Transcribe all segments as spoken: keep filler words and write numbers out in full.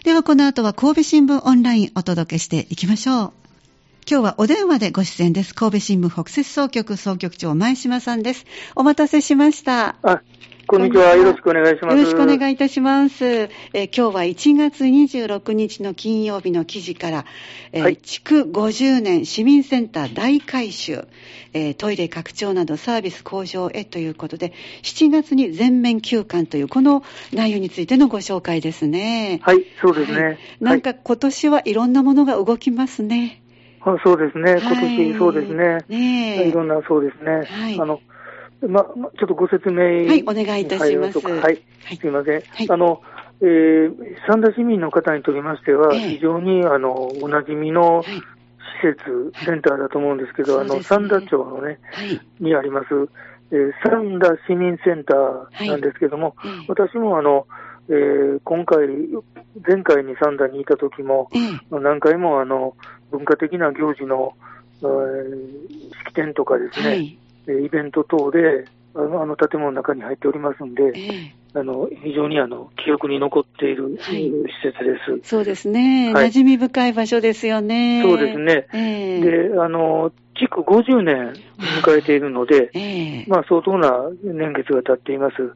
ではこの後は神戸新聞オンラインお届けしていきましょう。今日はお電話でご出演です。神戸新聞北摂総局総局長前島さんです。お待たせしました。 あ、こんにちは。よろしくお願いします。 よろしくお願いいたします。えー、今日はいちがつにじゅうろくにちの金曜日の記事から、えーはい、築ごじゅうねん市民センター大改修、えー、トイレ拡張などサービス向上へということで、しちがつに全面休館というこの内容についてのご紹介ですね。 はい、そうですね。はい、 なんか今年はいろんなものが動きますね。 あ、そうですね。今年、そうですね。ねえ。いろんな、そうですね。はい。あの、ま、ちょっとご説明。 はい、お願いいたします。 はい。はい、すいません。はい、あの、えー、三田市民の方にとりましては、非常に、あの、おなじみの施設、センターだと思うんですけど、はい、あの、三田町のね、はい、にあります、えー、三田市民センターなんですけども、はい、私もあの、えー、今回、前回に三田にいた時も、えー、何回もあの、文化的な行事の、えー、式典とかですね、はい、イベント等であの、あの建物の中に入っておりますので、えー、あの非常にあの記憶に残っている、はい、施設です。 そうですね、はい、馴染み深い場所ですよね。 そうですね。えー、で、あの、築ごじゅうねん迎えているので、えー、まあ相当な年月が経っています。はい、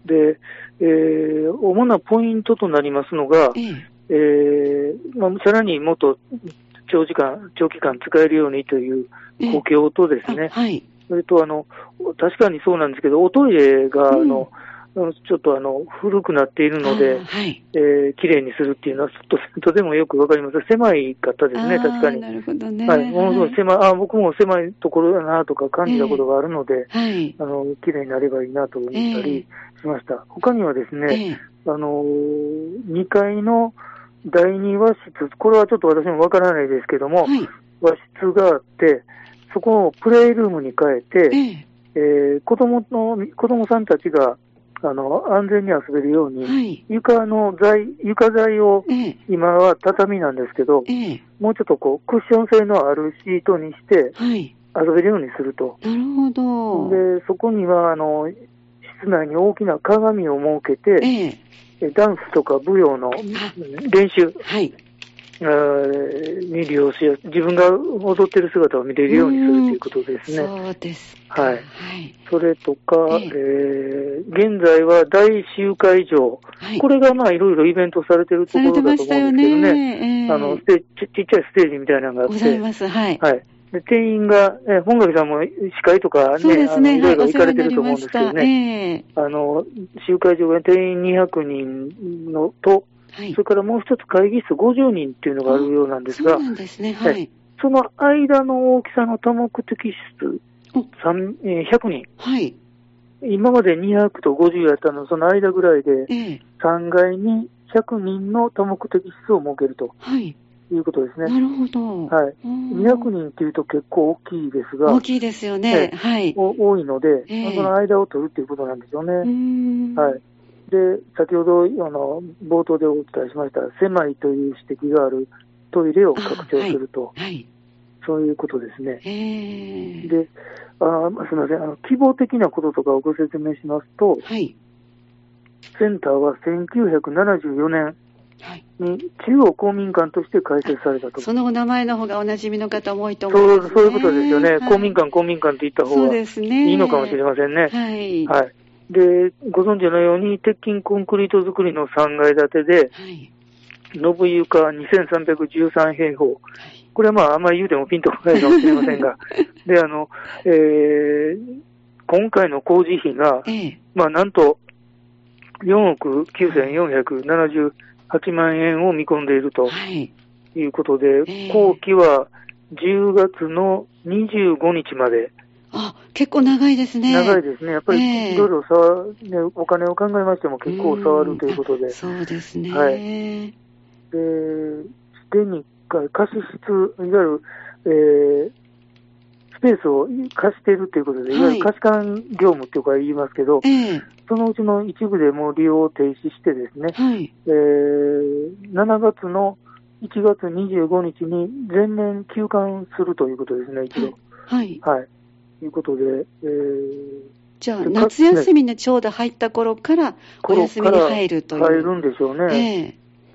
で、えー、主なポイントとなりますのが、えーえーまあ、さらにもっと長時間、長期間使えるようにという公共とですね、はい、それとあの、確かにそうなんですけど、おトイレが、うん、あのちょっとあの古くなっているので、はい、えー、きれいにするっていうのは、と, とてもよくわかります。狭い方ですね、確かに。 なるほどね。 はい、ものすごい狭い、あ、僕も狭いところだなとか感じたことがあるので、えーはい、あのきれいになればいいなと思ったりしました。えー、他にはですね、えー、あのにかいのだいに和室、これはちょっと私もわからないですけども、はい、和室があって、そこをプレイルームに変えて、えーえー、子供の、子供さんたちが、あの、安全に遊べるように、はい、床の材、床材を、えー、今は畳なんですけど、えー、もうちょっとこう、クッション性のあるシートにして、はい、遊べるようにすると。 なるほど。 で、そこには、あの、室内に大きな鏡を設けて、えー、ダンスとか舞踊の練習、はい、に利用しやすい、自分が踊ってる姿を見れるようにするということですね。 そうです。 はい。はい、それとか、えーえー、現在は大集会場、はい、これがまあいろいろイベントされてるところだと思うんですけどね。ねえー、あのステち、ちっちゃいステージみたいなのがあって。 ございます。はい。 はい。で、店員が、えー、本垣さんも司会とかね、そうですね、あのいろいろ行かれてると思うんですけどね。はい、えー、あの、集会場が店員にひゃくにんのと、はい、それからもう一つ会議室ごじゅうにんっていうのがあるようなんですが、 そうなんですね、はい。 その間の大きさの多目的室、ひゃくにん。はい。今までにひゃくとごじゅうやったの、その間ぐらいで、ええ、さんがいにひゃくにんの多目的室を設けると。はい。いうことですね。 なるほど。 はい。にひゃくにんっていうと結構大きいですが。 大きいですよね。ええ、はい。 多いので、ええ、その間を取るっていうことなんですよね。うーん、はい。で、先ほど、あの、冒頭でお伝えしました、狭いという指摘があるトイレを拡張すると。はい。はい、そういうことですね。へで、あ、すみません、あの、希望的なこととかをご説明しますと、はい、センターはせんきゅうひゃくななじゅうよねんに中央公民館として開設されたと。 そのお名前の方がおなじみの方も多いと思います、ね。 そう、そういうことですよね。はい、公民館、公民館って言った方がいいのかもしれませんね。はい。はい。で、ご存知のように、鉄筋コンクリート造りのさんがい建てで、はい、延床にせんさんびゃくじゅうさんへいほう。これはまあ、あんまり言うてもピンとこないかもしれませんが。で、あの、えー、今回の工事費が、ええ、まあ、なんと、よんおくきゅうせんよんひゃくななじゅうはちまんえんを見込んでいるということで、はい、えー、工期はじゅうがつのにじゅうごにちまで。 あ、結構長いですね。 長いですね。やっぱりいろいろさ、ね、お金を考えましても結構触るということで。 そうですね。 はい。で、すでに貸し室、いわゆる、えー、スペースを貸しているということで、はい、いわゆる貸し管業務というか言いますけど、えー、そのうちの一部でもう利用を停止してですね、はい、えー、しちがつのいちがつにじゅうごにちに全面休館するということですね、一度。はい。はい。ということで、えー、 じゃあ、夏休みにちょうど入った頃からお休みに入るという。 入るんでしょうね。えー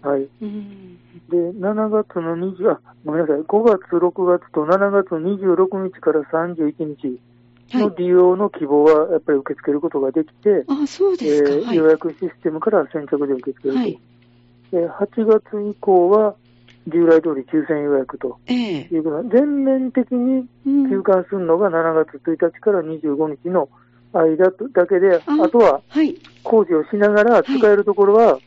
はい。うん、で、しちがつのにじゅう、あ、ごめんなさい、ごがつ、ろくがつとしちがつにじゅうろくにちからさんじゅういちにちの利用の希望はやっぱり受け付けることができて、はい、 あ、そうですか、 えーはい、予約システムから先着で受け付けると。はい、ではちがつ以降は従来通り抽選予約ということで、えー、全面的に休館するのがしちがつついたちからにじゅうごにちの間だけで、あ, あとは工事をしながら使えるところは、はい、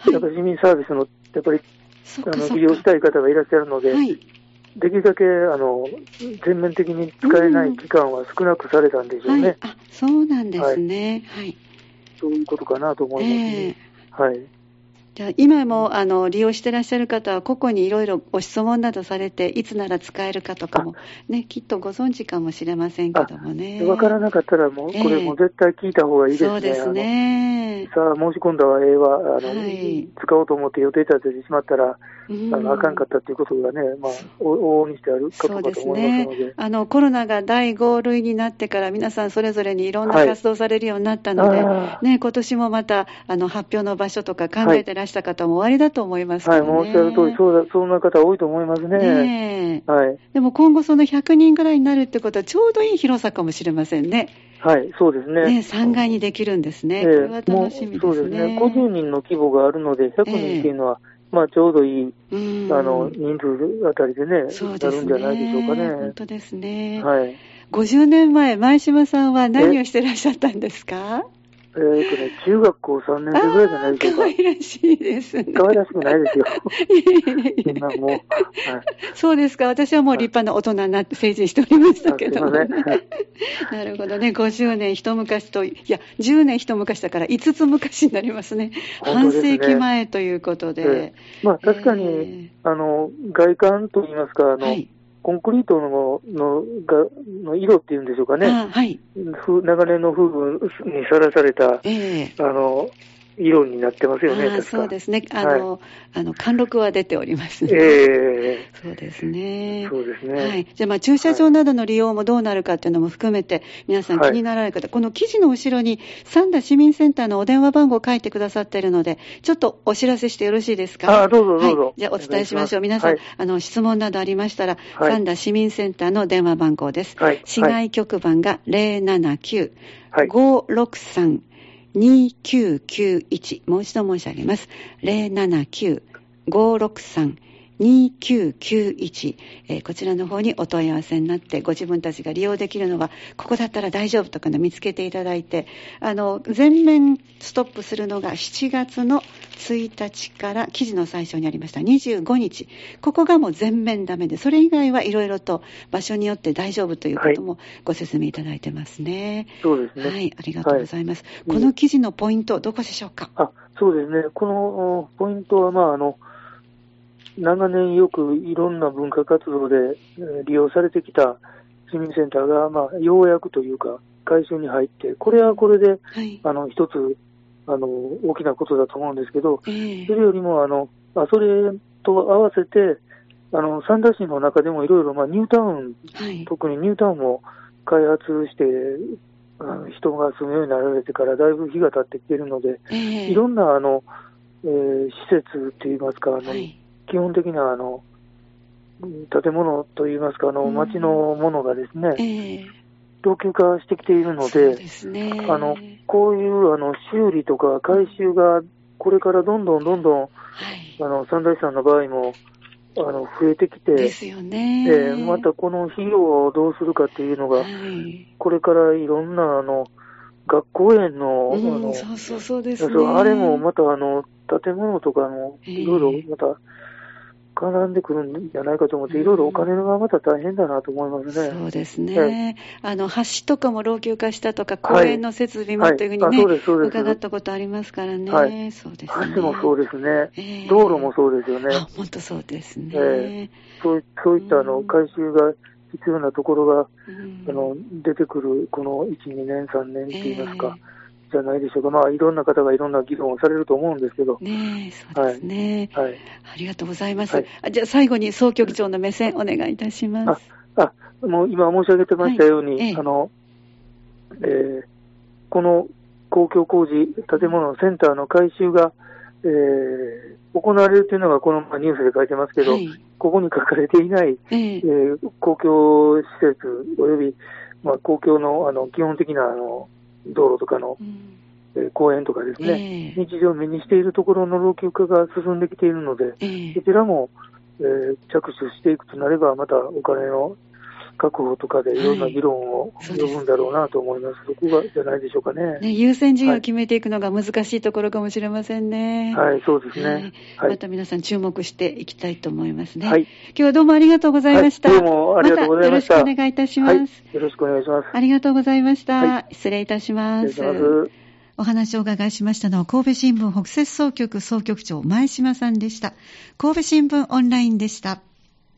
やっぱり市民サービスのやっぱりあの利用したい方がいらっしゃるので、はい、できるだけあの全面的に使えない期間は少なくされたんでしょうね。はい、 あ、そうなんですね。はい。 そういうことかなと思いますね。えー、はい。 じゃあ今もあの利用してらっしゃる方は個々にいろいろご質問などされていつなら使えるかとかも、ね、きっとご存知かもしれませんけどもね。 わからなかったらもうこれも絶対聞いた方がいいですね。 そうですね。 さあ申し込んだはええわ、あの、はい、使おうと思って予定立ててしまったら、うん、あのあかんかったということがね、まあ、往々にしてあることかと思いますので。そうですね。あのコロナがだいご類になってから皆さんそれぞれにいろんな活動されるようになったので、はい、ね、今年もまたあの発表の場所とか考えてらっしゃる方もおありだと思いますからね。 はい、申し上げる通り、そうだ、そんな方多いと思いますね。 ねえ、 はい。 でも今後そのひゃくにんぐらいになるってことはちょうどいい広さかもしれませんね。 はい、そうですね。 ね、さんがいにできるんですね。えー、これは楽しみですね。 そうですね。ごじゅうにんの規模があるので、ひゃくにんっていうのは、えー、まあちょうどいい、あの、人数あたりでね、 そうですね、 なるんじゃないでしょうかね。 本当ですね。 はい。 ごじゅうねんまえ、前島さんは何をしてらっしゃったんですか？ えーとね、中学校さんねん生ぐらいじゃないでしょうか。 可愛らしいですね。 可愛らしくないですよ。みんなもう、はい。 そうですか。私はもう立派な大人になって成人しておりましたけどもね。なるほどね。ごじゅうねん一昔と、いや、じゅうねん一昔だからいつつ昔になりますね。半世紀前ということで。 えー、まあ確かに、えー、あの、外観といいますか、あの、はい、コンクリートののがの色っていうんでしょうかね。 はい、 長年の風雨にさらされた、えー、あの色になってますよね。確かそうですね。あの、はい、あの貫禄は出ておりますね。 えー、 そうですね。 そうですね。 はい。じゃあまあ駐車場などの利用もどうなるかっていうのも含めて、皆さん気になられる方、はい、この記事の後ろに三田市民センターのお電話番号を書いてくださっているので、ちょっとお知らせしてよろしいですか？ あ、どうぞどうぞ。 はい、じゃあお伝えしましょう。皆さん、はい、あの質問などありましたら、はい、三田市民センターの電話番号です。はい、市外局番が ゼロななきゅう ごろくさん にきゅうきゅういち、もう一度申し上げます。ゼロななきゅう ごろくさん にきゅうきゅういち、えー、こちらの方にお問い合わせになってご自分たちが利用できるのはここだったら大丈夫とかの見つけていただいて、あの全面ストップするのがしちがつのついたちから記事の最初にありましたにじゅうごにち、ここがもう全面ダメで、それ以外はいろいろと場所によって大丈夫ということもご説明いただいてますね。 はい、そうですね。 はい、ありがとうございます。はい、この記事のポイントどこでしょうか？ あ、そうですね。このポイントはまああの長年よくいろんな文化活動で利用されてきた市民センターが、まあ、ようやくというか改修に入って、これはこれで、はい、あの一つあの大きなことだと思うんですけど、えー、それよりもあのそれと合わせてあの三田市の中でもいろいろニュータウン、はい、特にニュータウンも開発してあの人が住むようになられてからだいぶ日が経ってきているので、えー、いろんなあの、えー、施設といいますか、あの、はい、基本的なあの建物といいますか、あの町のものがですね、えー、老朽化してきているので、 そうですね、 あのこういうあの修理とか改修がこれからどんどんどんどん、はい、あの三田市さんの場合もあの増えてきてですよね、 えー、またこの費用をどうするかっていうのが、はい、これからいろんなあの学校園の、 うん、 あのそうそうそうですね、 あれもまたあの建物とかもいろいろまた、えー絡んでくるんじゃないかと思って、いろいろお金がまた大変だなと思いますね。 そうですね。あの橋とかも老朽化したとか、公園の設備もというふうにね、はいはい、伺ったことありますからね。はい、そうですね。 橋もそうですね、えー。道路もそうですよね。 あ、本当そうですね。 えー、そうそういったあの改修が必要なところが、うん、あの出てくるこのいち、にねん、さんねんって言いますか。えーじゃないでしょうか。まあいろんな方がいろんな議論をされると思うんですけど。 ねえ、そうですね。 はい。はい、 ありがとうございます。はい、あじゃあ最後に総局長の目線お願いいたします。 あ、あもう今申し上げてましたように、はい、ええ、あの、えー、この公共工事建物のセンターの改修が、ええー、行われるというのがこのニュースで書いてますけど、はい、ここに書かれていない、えーえー、公共施設および、まあ、公共の、あの基本的なあの道路とかの、うんえー、公園とかですね、えー、日常目にしているところの老朽化が進んできているので、えー、こちらも、えー、着手していくとなれば、またお金の確保とかでいろんな議論を呼ぶんだろうなと思います。はい、そ, そこがじゃないでしょうか ね, ね。優先順位を決めていくのが難しいところかもしれませんね。 はい、はい、そうですね、 はい。また皆さん注目していきたいと思いますね。はい、今日はどうもありがとうございました。 はい、どうもありがとうございました。 またよろしくお願いいたします。はい、 よろしくお願いします。 ありがとうございました。 はい、 失礼いたします。 失礼します。 お話をお伺いしましたのは神戸新聞北摂総局総局長前島さんでした。神戸新聞オンラインでした。